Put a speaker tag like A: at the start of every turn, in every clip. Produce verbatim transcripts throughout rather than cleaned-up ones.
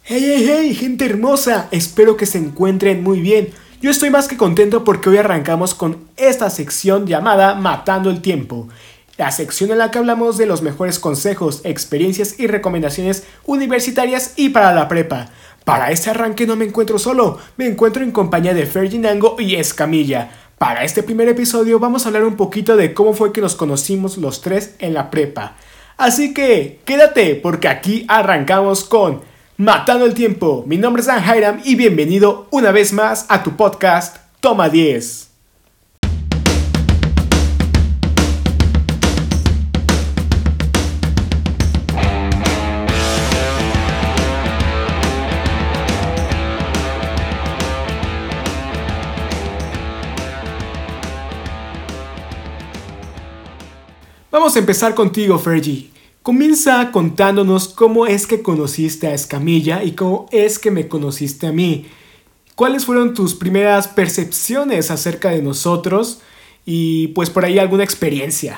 A: Hey, hey, hey, gente hermosa, espero que se encuentren muy bien. Yo estoy más que contento porque hoy arrancamos con esta sección llamada Matando el Tiempo. La sección en la que hablamos de los mejores consejos, experiencias y recomendaciones universitarias y para la prepa. Para este arranque no me encuentro solo, me encuentro en compañía de Ferdinango y Escamilla. Para este primer episodio vamos a hablar un poquito de cómo fue que nos conocimos los tres en la prepa. Así que quédate porque aquí arrancamos con Matando el Tiempo. Mi nombre es Dan Hiram y bienvenido una vez más a tu podcast Toma diez. Vamos a empezar contigo, Fergie. Comienza contándonos cómo es que conociste a Escamilla y cómo es que me conociste a mí. ¿Cuáles fueron tus primeras percepciones acerca de nosotros? Y pues por ahí alguna experiencia.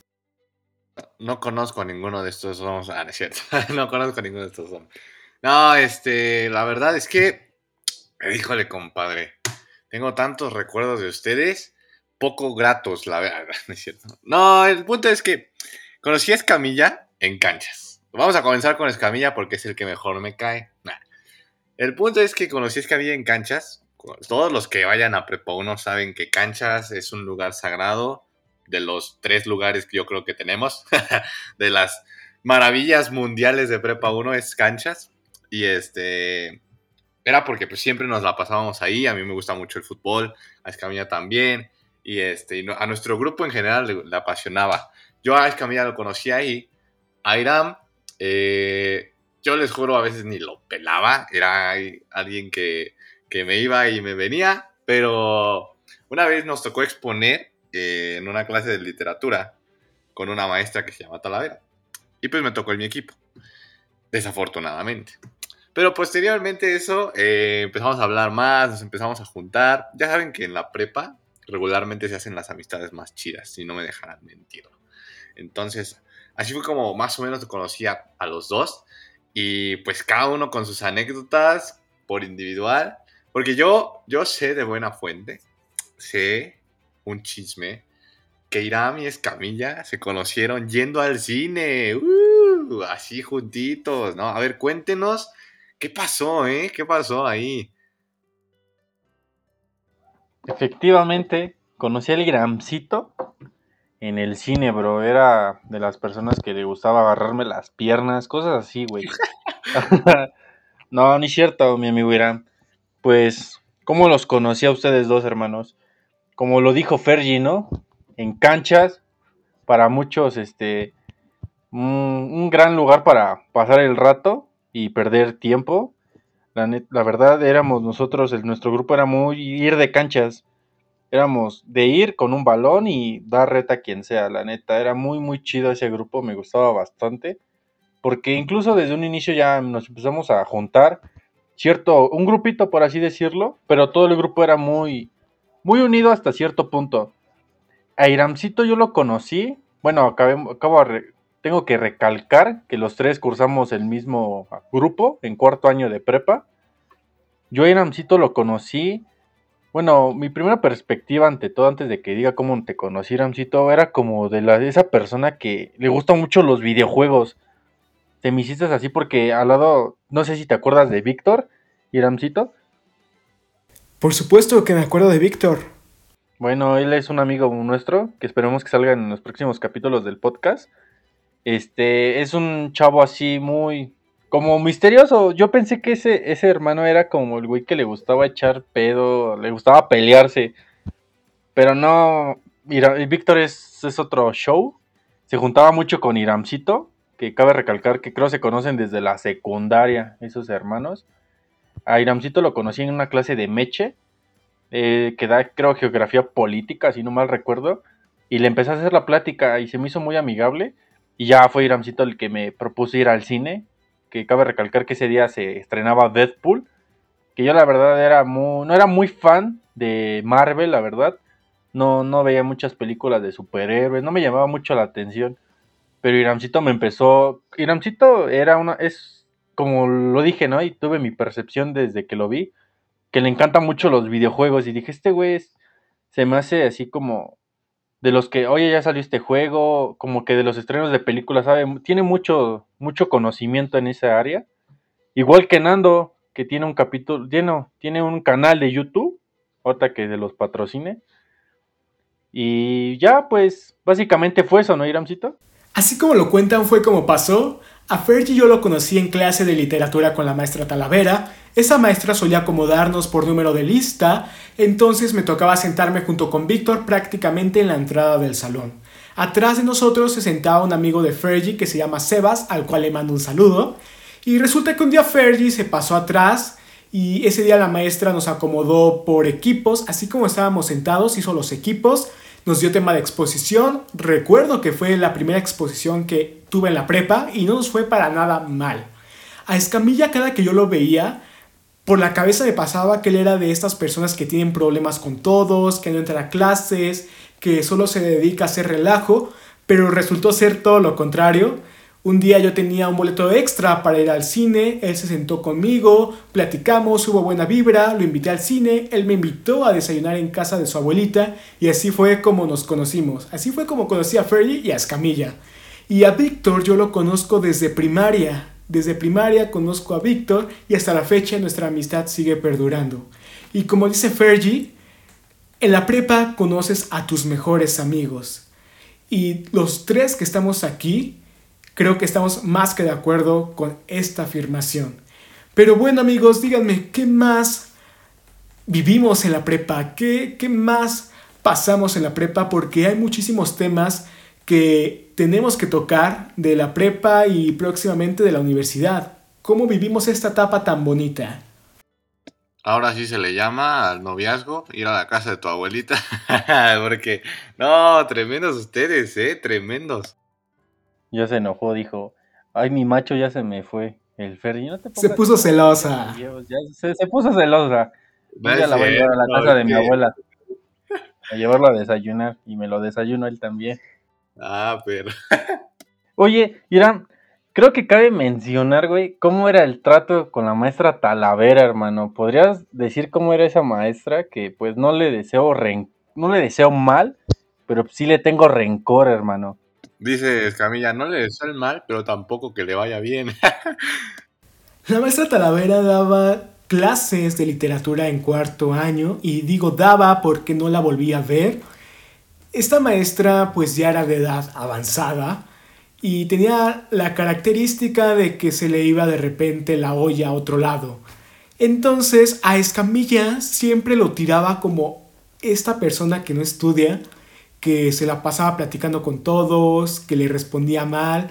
B: No conozco a ninguno de estos dos. Ah, no es cierto. No conozco a ninguno de estos dos. No, este, la verdad es que, híjole, compadre. Tengo tantos recuerdos de ustedes, poco gratos, la verdad. No es cierto. No, el punto es que conocí a Escamilla en canchas. Vamos a comenzar con Escamilla porque es el que mejor me cae. Nah. El punto es que conocí a Escamilla en canchas. Todos los que vayan a Prepa uno saben que canchas es un lugar sagrado. De los tres lugares que yo creo que tenemos. De las maravillas mundiales de Prepa uno es canchas. Y este... Era porque pues siempre nos la pasábamos ahí. A mí me gusta mucho el fútbol. A Escamilla también. Y este, a nuestro grupo en general le, le apasionaba. Yo a Escamilla lo conocí ahí. A Iram... Eh, yo les juro, a veces ni lo pelaba. Era alguien que, que me iba y me venía. Pero una vez nos tocó exponer eh, en una clase de literatura con una maestra que se llama Talavera. Y pues me tocó en mi equipo. Desafortunadamente. Pero posteriormente eso, eh, empezamos a hablar más, nos empezamos a juntar. Ya saben que en la prepa regularmente se hacen las amistades más chidas, si no me dejarán mentir. Entonces, así fue como más o menos conocí a, a los dos. Y pues cada uno con sus anécdotas por individual. Porque yo, yo sé de buena fuente, sé un chisme, que Iram y Escamilla se conocieron yendo al cine. Uh, así juntitos, ¿no? A ver, cuéntenos qué pasó, ¿eh? ¿Qué pasó ahí?
C: Efectivamente, conocí al Iramcito en el cine, bro. Era de las personas que le gustaba agarrarme las piernas, cosas así, güey. No, ni cierto, mi amigo Iram. Pues, ¿cómo los conocí a ustedes dos, hermanos? Como lo dijo Fergie, ¿no? En canchas, para muchos, este, un, un gran lugar para pasar el rato y perder tiempo. La, net, la verdad, éramos nosotros, el, nuestro grupo era muy ir de canchas. Éramos de ir con un balón y dar reta a quien sea, la neta. Era muy, muy chido ese grupo, me gustaba bastante. Porque incluso desde un inicio ya nos empezamos a juntar, cierto, un grupito por así decirlo, pero todo el grupo era muy, muy unido hasta cierto punto. A Iramcito yo lo conocí, bueno, acabé, acabo re, tengo que recalcar que los tres cursamos el mismo grupo en cuarto año de prepa. Yo a Iramcito lo conocí. Bueno, mi primera perspectiva ante todo, antes de que diga cómo te conocí, Ramcito, era como de, la, de esa persona que le gustan mucho los videojuegos. Te me hiciste así porque al lado, no sé si te acuerdas de Víctor y Ramcito.
A: Por supuesto que me acuerdo de Víctor.
C: Bueno, él es un amigo nuestro, que esperemos que salga en los próximos capítulos del podcast. Este, es un chavo así muy, como misterioso. Yo pensé que ese, ese hermano era como el güey que le gustaba echar pedo, le gustaba pelearse. Pero no, mira, Víctor es, es otro show. Se juntaba mucho con Iramcito, que cabe recalcar que creo se conocen desde la secundaria, esos hermanos. A Iramcito lo conocí en una clase de Meche, eh, que da, creo, geografía política, si no mal recuerdo. Y le empecé a hacer la plática y se me hizo muy amigable. Y ya fue Iramcito el que me propuso ir al cine, que cabe recalcar que ese día se estrenaba Deadpool, que yo la verdad era muy, no era muy fan de Marvel, la verdad. No, no veía muchas películas de superhéroes, no me llamaba mucho la atención. Pero Iramcito me empezó. Iramcito era una. Es como lo dije, ¿no? Y tuve mi percepción desde que lo vi, que le encantan mucho los videojuegos. Y dije, este güey es- se me hace así como de los que, oye, ya salió este juego, como que de los estrenos de películas, ¿sabe? Tiene mucho, mucho conocimiento en esa área. Igual que Nando, que tiene un capítulo, tiene, tiene un canal de YouTube, ahorita que se los patrocine. Y ya, pues, básicamente fue eso, ¿no, Iramcito?
A: Así como lo cuentan fue como pasó. A Fergie yo lo conocí en clase de literatura con la maestra Talavera. Esa maestra solía acomodarnos por número de lista, entonces me tocaba sentarme junto con Víctor prácticamente en la entrada del salón. Atrás de nosotros se sentaba un amigo de Fergie que se llama Sebas, al cual le mando un saludo. Y resulta que un día Fergie se pasó atrás y ese día la maestra nos acomodó por equipos, así como estábamos sentados, hizo los equipos, nos dio tema de exposición. Recuerdo que fue la primera exposición que tuve en la prepa y no nos fue para nada mal. A Escamilla, cada que yo lo veía, por la cabeza me pasaba que él era de estas personas que tienen problemas con todos, que no entra a clases, que solo se dedica a hacer relajo, pero resultó ser todo lo contrario. Un día yo tenía un boleto extra para ir al cine, él se sentó conmigo, platicamos, hubo buena vibra, lo invité al cine, él me invitó a desayunar en casa de su abuelita y así fue como nos conocimos. Así fue como conocí a Fergie y a Escamilla. Y a Víctor yo lo conozco desde primaria. Desde primaria conozco a Víctor y hasta la fecha nuestra amistad sigue perdurando. Y como dice Fergie, en la prepa conoces a tus mejores amigos. Y los tres que estamos aquí, creo que estamos más que de acuerdo con esta afirmación. Pero bueno amigos, díganme, ¿qué más vivimos en la prepa? ¿Qué, qué más pasamos en la prepa? Porque hay muchísimos temas que tenemos que tocar de la prepa y próximamente de la universidad. ¿Cómo vivimos esta etapa tan bonita?
B: Ahora sí se le llama al noviazgo, ir a la casa de tu abuelita. Porque, no, tremendos ustedes, eh, tremendos.
C: Ya se enojó, dijo, ay, mi macho ya se me fue. El Fergie, no te
A: Se
C: pongas
A: puso
C: celoso,
A: celosa.
C: ya, ya se, se puso celosa.
B: No
C: Un día
B: es
C: la voy a llevar a la
B: cierto,
C: casa de mi
B: ¿qué?
C: abuela a llevarlo a desayunar y me lo desayuno él también.
B: Ah, pero...
C: Oye, Irán, creo que cabe mencionar, güey, cómo era el trato con la maestra Talavera, hermano. ¿Podrías decir cómo era esa maestra? Que pues no le deseo ren- no le deseo mal, pero sí le tengo rencor, hermano.
B: Dice Escamilla, no le deseo el mal, pero tampoco que le vaya bien.
A: La maestra Talavera daba clases de literatura en cuarto año y digo daba porque no la volví a ver. Esta maestra pues ya era de edad avanzada y tenía la característica de que se le iba de repente la olla a otro lado. Entonces a Escamilla siempre lo tiraba como esta persona que no estudia, que se la pasaba platicando con todos, que le respondía mal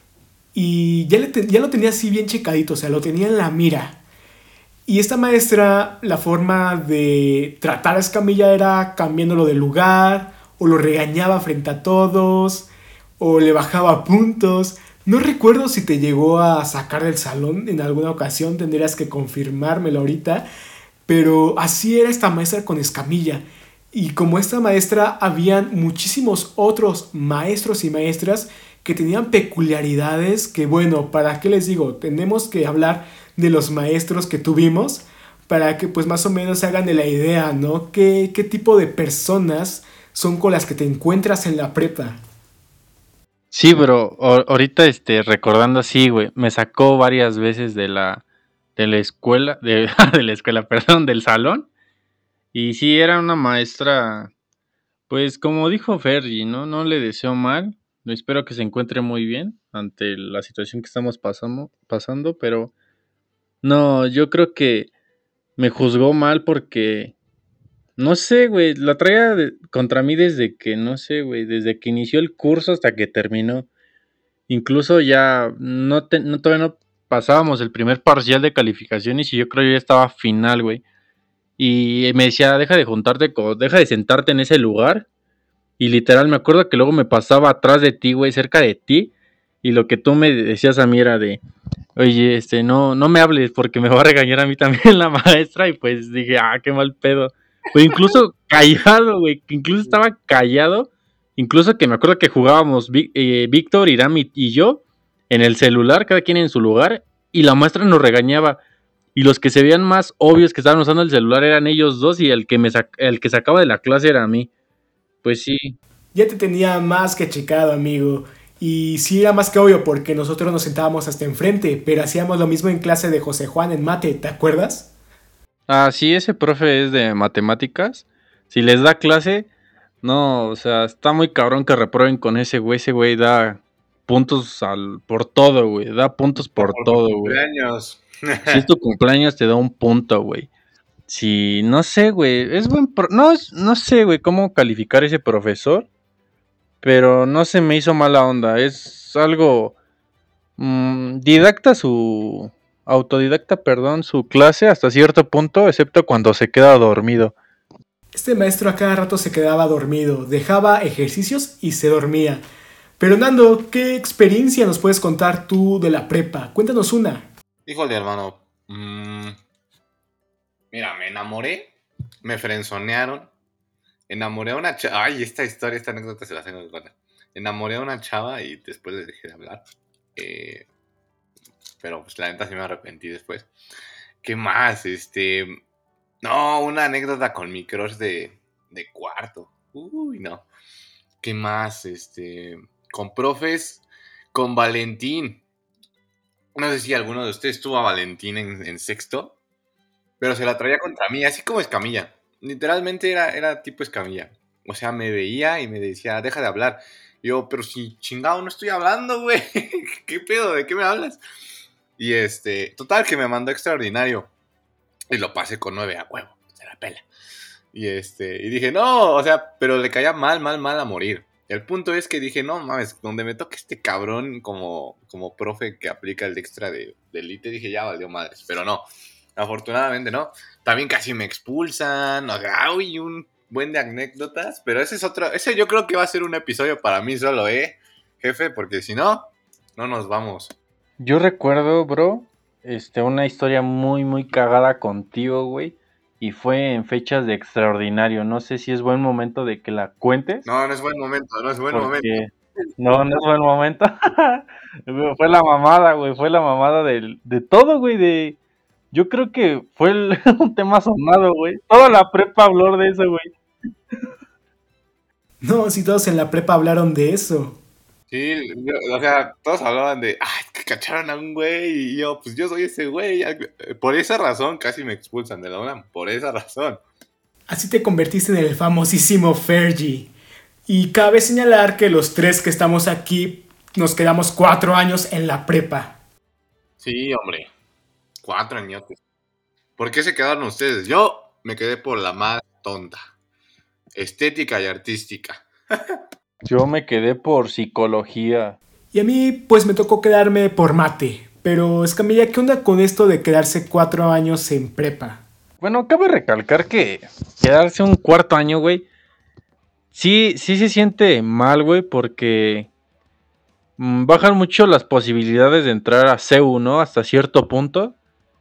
A: y ya, le te- ya lo tenía así bien checadito, o sea, lo tenía en la mira. Y esta maestra, la forma de tratar a Escamilla era cambiándolo de lugar, o lo regañaba frente a todos, o le bajaba puntos. No recuerdo si te llegó a sacar del salón en alguna ocasión, tendrías que confirmármelo ahorita, pero así era esta maestra con Escamilla. Y como esta maestra, habían muchísimos otros maestros y maestras que tenían peculiaridades que, bueno, ¿para qué les digo? Tenemos que hablar de los maestros que tuvimos para que pues más o menos se hagan de la idea, ¿no? ¿Qué, qué tipo de personas son con las que te encuentras en la prepa?
C: Sí, bro, a- ahorita este, recordando así, güey, me sacó varias veces de la, de la escuela, de, de la escuela, perdón, del salón. Y sí, era una maestra, pues como dijo Fergie, ¿no? No le deseo mal, espero que se encuentre muy bien ante la situación que estamos pasando, pasando, pero no, yo creo que me juzgó mal porque, no sé, güey, la traía de- contra mí desde que, no sé, güey, desde que inició el curso hasta que terminó. Incluso ya no, te- no todavía no pasábamos el primer parcial de calificaciones y yo creo que ya estaba final, güey. Y me decía, deja de juntarte, co- deja de sentarte en ese lugar. Y literal, me acuerdo que luego me pasaba atrás de ti, güey, cerca de ti. Y lo que tú me decías a mí era de, oye, este, no, no me hables porque me va a regañar a mí también la maestra. Y pues dije, ah, qué mal pedo. Pues incluso callado, güey, que incluso estaba callado. Incluso que me acuerdo que jugábamos Vi- eh, Víctor, Iram y, y yo en el celular, cada quien en su lugar. y la maestra nos regañaba. Y los que se veían más obvios que estaban usando el celular eran ellos dos y el que me sac- el que sacaba de la clase era a mí. Pues sí.
A: Ya te tenía más que checado, amigo. Y sí era más que obvio porque nosotros nos sentábamos hasta enfrente, pero hacíamos lo mismo en clase de José Juan en mate, ¿te acuerdas?
C: Ah, sí, ese profe es de matemáticas. Si les da clase, no, o sea, está muy cabrón que reprueben con ese güey. Ese güey da puntos al, por todo, güey. Da puntos
B: Hasta
C: por
B: por tu
C: todo, güey.
B: cumpleaños.
C: Si es tu cumpleaños, te da un punto, güey. Si, no sé, güey. Es buen. pro- No, es- no sé, güey, cómo calificar ese profesor. Pero no se me hizo mala onda. Es algo. mm, didacta su. Autodidacta, perdón, su clase hasta cierto punto, excepto cuando se queda dormido.
A: Este maestro a cada rato se quedaba dormido, dejaba ejercicios y se dormía. Pero Nando, ¿qué experiencia nos puedes contar tú de la prepa? Cuéntanos una.
B: Híjole, hermano. mm, Mira, me enamoré. Me frenzonearon. Enamoré a una chava. Ay, esta historia, esta anécdota se la tengo que contar. Enamoré a una chava y después le dejé de hablar. Eh, pero pues la neta sí me arrepentí después. ¿Qué más? Este. No, una anécdota con mi crush de, de cuarto. Uy, no. ¿Qué más? Este. Con profes. Con Valentín. No sé si alguno de ustedes tuvo a Valentín en, en sexto. Pero se la traía contra mí, así como Escamilla. Literalmente era, era tipo Escamilla. O sea, me veía y me decía, deja de hablar. Y yo, pero si chingado, no estoy hablando, güey. ¿Qué pedo? ¿De qué me hablas? Y este, total, que me mandó extraordinario. Y lo pasé con nueve a huevo. Se la pela. Y este, y dije, no, o sea, pero le caía mal, mal, mal a morir. El punto es que dije, no mames, donde me toque este cabrón como, como profe que aplica el extra de, de elite, dije, ya valió madres. Pero no, afortunadamente no. También casi me expulsan, o sea, uy, un buen de anécdotas. Pero ese es otro, ese yo creo que va a ser un episodio para mí solo, ¿eh, jefe? Porque si no, no nos vamos.
C: Yo recuerdo, bro, este, una historia muy, muy cagada contigo, güey. Y fue en fechas de extraordinario. No sé si es buen momento de que la cuentes.
B: No, no es buen momento, no es buen momento.
C: Porque no, no es buen momento. Fue la mamada, güey. Fue la mamada del, de todo, güey. De, yo creo que fue el- un tema sonado, güey. Toda la prepa habló de eso, güey.
A: No, si todos en la prepa hablaron de eso.
B: Sí, yo- o sea, todos hablaban de, ah, es que cacharon a un güey, y yo, pues yo soy ese güey. Por esa razón casi me expulsan de la UNAM, por esa razón.
A: Así te convertiste en el famosísimo Fergie. Y cabe señalar que los tres que estamos aquí nos quedamos cuatro años en la prepa.
B: Sí, hombre, cuatro añotes. ¿Por qué se quedaron ustedes? Yo me quedé por la más tonta, estética y artística.
C: Yo me quedé por psicología.
A: Y a mí pues me tocó quedarme por mate. Pero Escamilla, ¿qué onda con esto de quedarse cuatro años en prepa?
C: Bueno, cabe recalcar que quedarse un cuarto año, güey, sí, sí se siente mal, güey, porque mm, bajan mucho las posibilidades de entrar a C U, ¿no? Hasta cierto punto.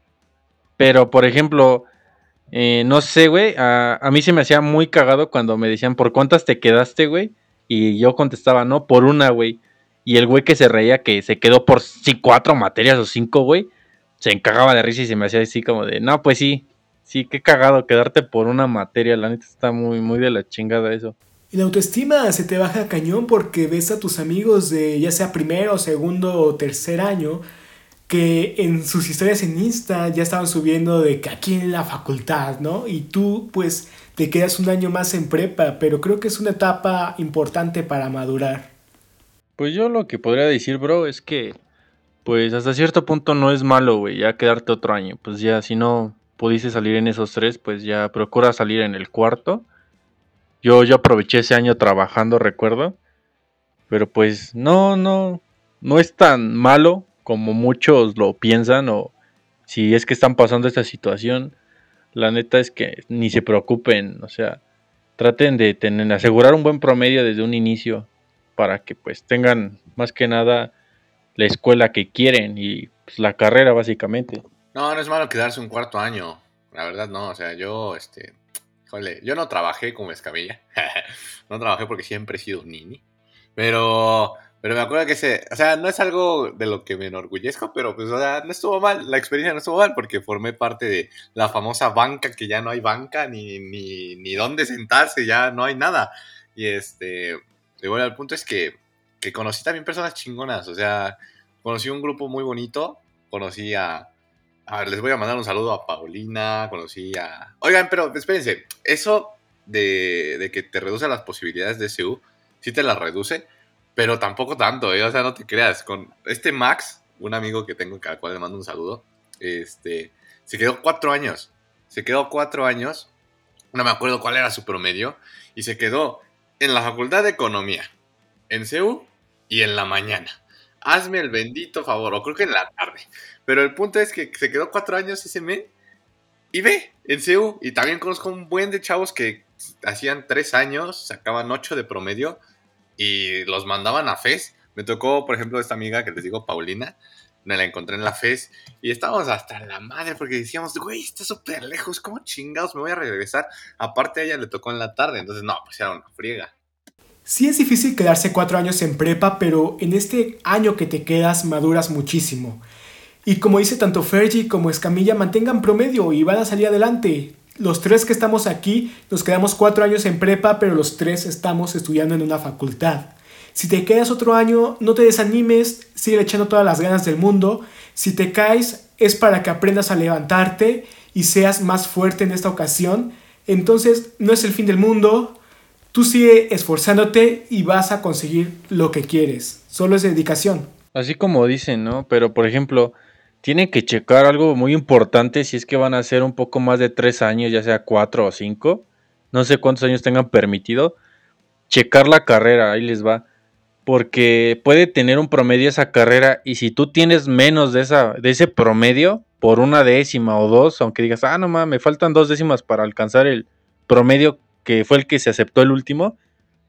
C: Pero, por ejemplo, eh, no sé, güey, a, a mí se me hacía muy cagado cuando me decían, ¿por cuántas te quedaste, güey? Y yo contestaba, no, por una, güey. Y el güey que se reía que se quedó por sí, cuatro materias o cinco, güey, se encagaba de risa y se me hacía así como de, no, pues sí, sí, qué cagado quedarte por una materia, la neta está muy, muy de la chingada eso.
A: Y la autoestima se te baja cañón porque ves a tus amigos de ya sea primero, segundo o tercer año que en sus historias en Insta ya estaban subiendo de que aquí en la facultad, ¿no? Y tú pues te quedas un año más en prepa, pero creo que es una etapa importante para madurar.
C: Pues yo lo que podría decir, bro, es que, pues hasta cierto punto no es malo, güey, ya quedarte otro año. Pues ya, si no pudiste salir en esos tres, pues ya procura salir en el cuarto. Yo, yo aproveché ese año trabajando, recuerdo. Pero pues no, no, no es tan malo como muchos lo piensan o si es que están pasando esta situación. La neta es que ni se preocupen, o sea, traten de tener, asegurar un buen promedio desde un inicio para que pues tengan más que nada la escuela que quieren y pues, la carrera básicamente.
B: No, no es malo quedarse un cuarto año. La verdad, no. O sea, yo, este. Híjole, yo no trabajé como Escamilla. No trabajé porque siempre he sido un nini. Pero, Pero me acuerdo que ese, o sea, no es algo de lo que me enorgullezco, pero pues, o sea, no estuvo mal, la experiencia no estuvo mal porque formé parte de la famosa banca, que ya no hay banca, ni, ni, ni dónde sentarse, ya no hay nada. Y este, y bueno, el punto es que, que conocí también personas chingonas, o sea, conocí un grupo muy bonito, conocí a, a ver, les voy a mandar un saludo a Paulina, conocí a... Oigan, pero espérense, eso de, de que te reduce las posibilidades de S U, sí te las reduce, pero tampoco tanto, ¿eh? O sea, no te creas. Con este Max, un amigo que tengo, al cual le mando un saludo, este, se quedó cuatro años. Se quedó cuatro años. No me acuerdo cuál era su promedio. Y se quedó en la Facultad de Economía, en C U y en la mañana. Hazme el bendito favor, o creo que en la tarde. Pero el punto es que se quedó cuatro años ese men y ve, en C U. Y también conozco un buen de chavos que hacían tres años, sacaban ocho de promedio y los mandaban a FES. Me tocó, por ejemplo, esta amiga que les digo, Paulina, me la encontré en la FES y estábamos hasta la madre porque decíamos, güey, está súper lejos, ¿cómo chingados me voy a regresar? Aparte a ella le tocó en la tarde, entonces no, pues era una friega.
A: Sí es difícil quedarse cuatro años en prepa, pero en este año que te quedas maduras muchísimo. Y como dice tanto Fergie como Escamilla, mantengan promedio y van a salir adelante. Los tres que estamos aquí nos quedamos cuatro años en prepa, pero los tres estamos estudiando en una facultad. Si te quedas otro año, no te desanimes, sigue echando todas las ganas del mundo. Si te caes, es para que aprendas a levantarte y seas más fuerte en esta ocasión. Entonces, no es el fin del mundo. Tú sigue esforzándote y vas a conseguir lo que quieres. Solo es dedicación.
C: Así como dicen, ¿no? Pero, por ejemplo, tienen que checar algo muy importante si es que van a ser un poco más de tres años, ya sea cuatro o cinco. No sé cuántos años tengan permitido. Checar la carrera, ahí les va. Porque puede tener un promedio esa carrera y si tú tienes menos de, esa, de ese promedio, por una décima o dos, aunque digas, ah, no mames, me faltan dos décimas para alcanzar el promedio que fue el que se aceptó el último,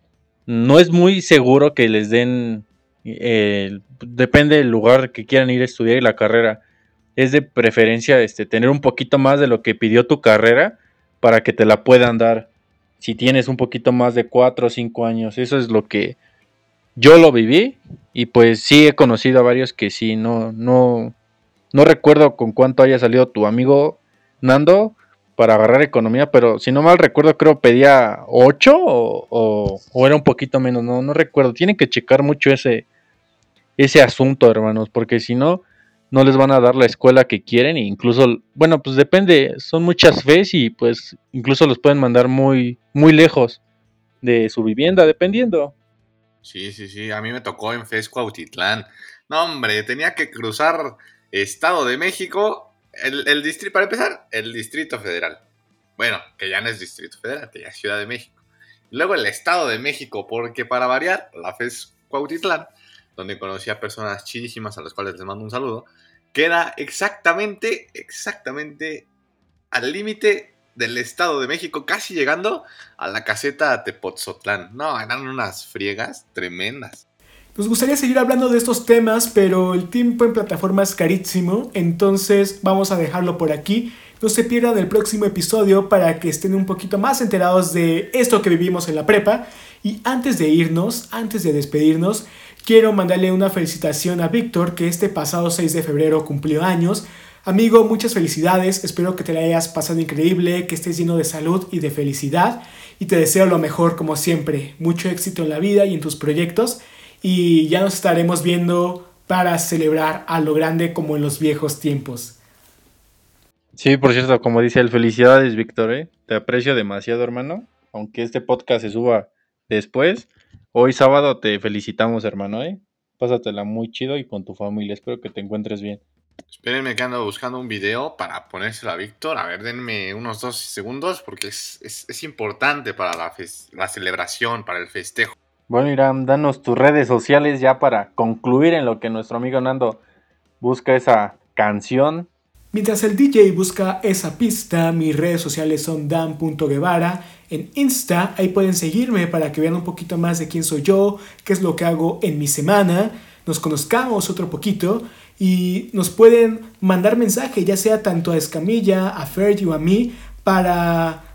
C: no es muy seguro que les den, eh, depende del lugar que quieran ir a estudiar y la carrera, es de preferencia este, tener un poquito más de lo que pidió tu carrera para que te la puedan dar si tienes un poquito más de cuatro o cinco años. Eso es lo que yo lo viví y pues sí he conocido a varios que sí, no, no, no recuerdo con cuánto haya salido tu amigo Nando para agarrar economía, pero si no mal recuerdo creo pedía ocho o, o, o era un poquito menos, no, no recuerdo. Tienen que checar mucho ese, ese asunto, hermanos, porque si no, no les van a dar la escuela que quieren e incluso, bueno, pues depende, son muchas fes y pues incluso los pueden mandar muy, muy lejos de su vivienda, dependiendo.
B: Sí, sí, sí, a mí me tocó en FES Cuautitlán. No, hombre, tenía que cruzar Estado de México, el, el distrito, para empezar, el Distrito Federal. Bueno, que ya no es Distrito Federal, que ya es Ciudad de México. Y luego el Estado de México, porque para variar, la FES Cuautitlán, donde conocí a personas chidísimas a las cuales les mando un saludo, queda exactamente, exactamente al límite del Estado de México, casi llegando a la caseta Tepotzotlán. No, eran unas friegas tremendas.
A: Nos gustaría seguir hablando de estos temas, pero el tiempo en plataforma es carísimo, entonces vamos a dejarlo por aquí. No se pierdan el próximo episodio para que estén un poquito más enterados de esto que vivimos en la prepa. Y antes de irnos, antes de despedirnos, quiero mandarle una felicitación a Víctor, que este pasado seis de febrero cumplió años. Amigo, muchas felicidades, espero que te la hayas pasado increíble, que estés lleno de salud y de felicidad. Y te deseo lo mejor como siempre, mucho éxito en la vida y en tus proyectos. Y ya nos estaremos viendo para celebrar a lo grande como en los viejos tiempos.
C: Sí, por cierto, como dice él, felicidades, Víctor, ¿eh? Te aprecio demasiado, hermano. Aunque este podcast se suba después, hoy sábado te felicitamos, hermano, ¿eh? Pásatela muy chido y con tu familia. Espero que te encuentres bien.
B: Espérenme que ando buscando un video para ponérselo a Víctor. A ver, denme unos dos segundos porque es, es, es importante para la, fes- la celebración, para el festejo.
C: Bueno, Irán, danos tus redes sociales ya para concluir en lo que nuestro amigo Nando busca esa canción.
A: Mientras el D J busca esa pista, mis redes sociales son dan punto guevara. En Insta, ahí pueden seguirme para que vean un poquito más de quién soy yo, qué es lo que hago en mi semana, nos conozcamos otro poquito y nos pueden mandar mensaje, ya sea tanto a Escamilla, a Fergie o a mí, para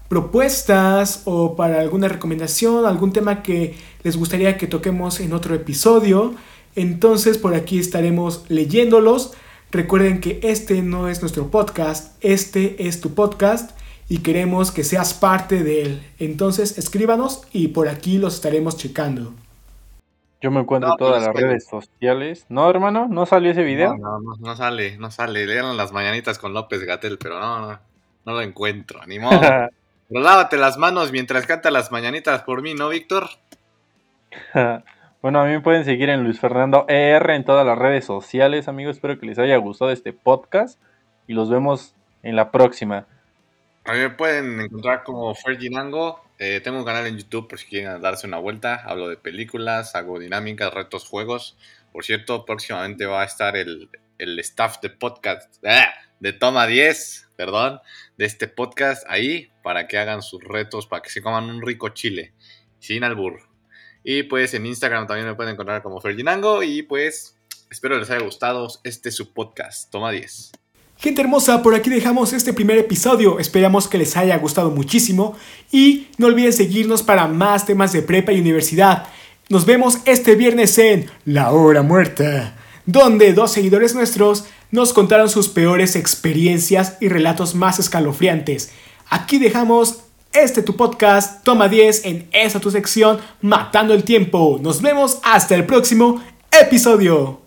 A: propuestas o para alguna recomendación, algún tema que les gustaría que toquemos en otro episodio. Entonces por aquí estaremos leyéndolos. Recuerden que este no es nuestro podcast, este es tu podcast y queremos que seas parte de él. Entonces escríbanos y por aquí los estaremos checando.
C: Yo me encuentro en
B: No,
C: todas
B: pues,
C: las
B: es que-
C: redes sociales. ¿No, hermano? ¿No salió ese video?
B: No, no, no, no sale, no sale. Lean las mañanitas con López-Gatell, pero no, no, no lo encuentro, ni modo. Pero lávate las manos mientras canta las mañanitas por mí, ¿no, Víctor?
C: Bueno, a mí me pueden seguir en Luis Fernando E R en todas las redes sociales, amigos. Espero que les haya gustado este podcast y los vemos en la próxima.
B: A mí me pueden encontrar como Ferginango. Eh, tengo un canal en YouTube por si quieren darse una vuelta. Hablo de películas, hago dinámicas, retos, juegos. Por cierto, próximamente va a estar el, el staff de podcast, ¡ah! de Toma diez, perdón, de este podcast ahí para que hagan sus retos, para que se coman un rico chile, sin albur. Y pues en Instagram también me pueden encontrar como Ferginango. Y pues espero les haya gustado este su podcast, Toma diez.
A: Gente hermosa, por aquí dejamos este primer episodio. Esperamos que les haya gustado muchísimo y no olviden seguirnos para más temas de prepa y universidad. Nos vemos este viernes en La Hora Muerta, donde dos seguidores nuestros nos contaron sus peores experiencias y relatos más escalofriantes. Aquí dejamos este tu podcast, Toma diez, en esta tu sección, Matando el Tiempo. Nos vemos hasta el próximo episodio.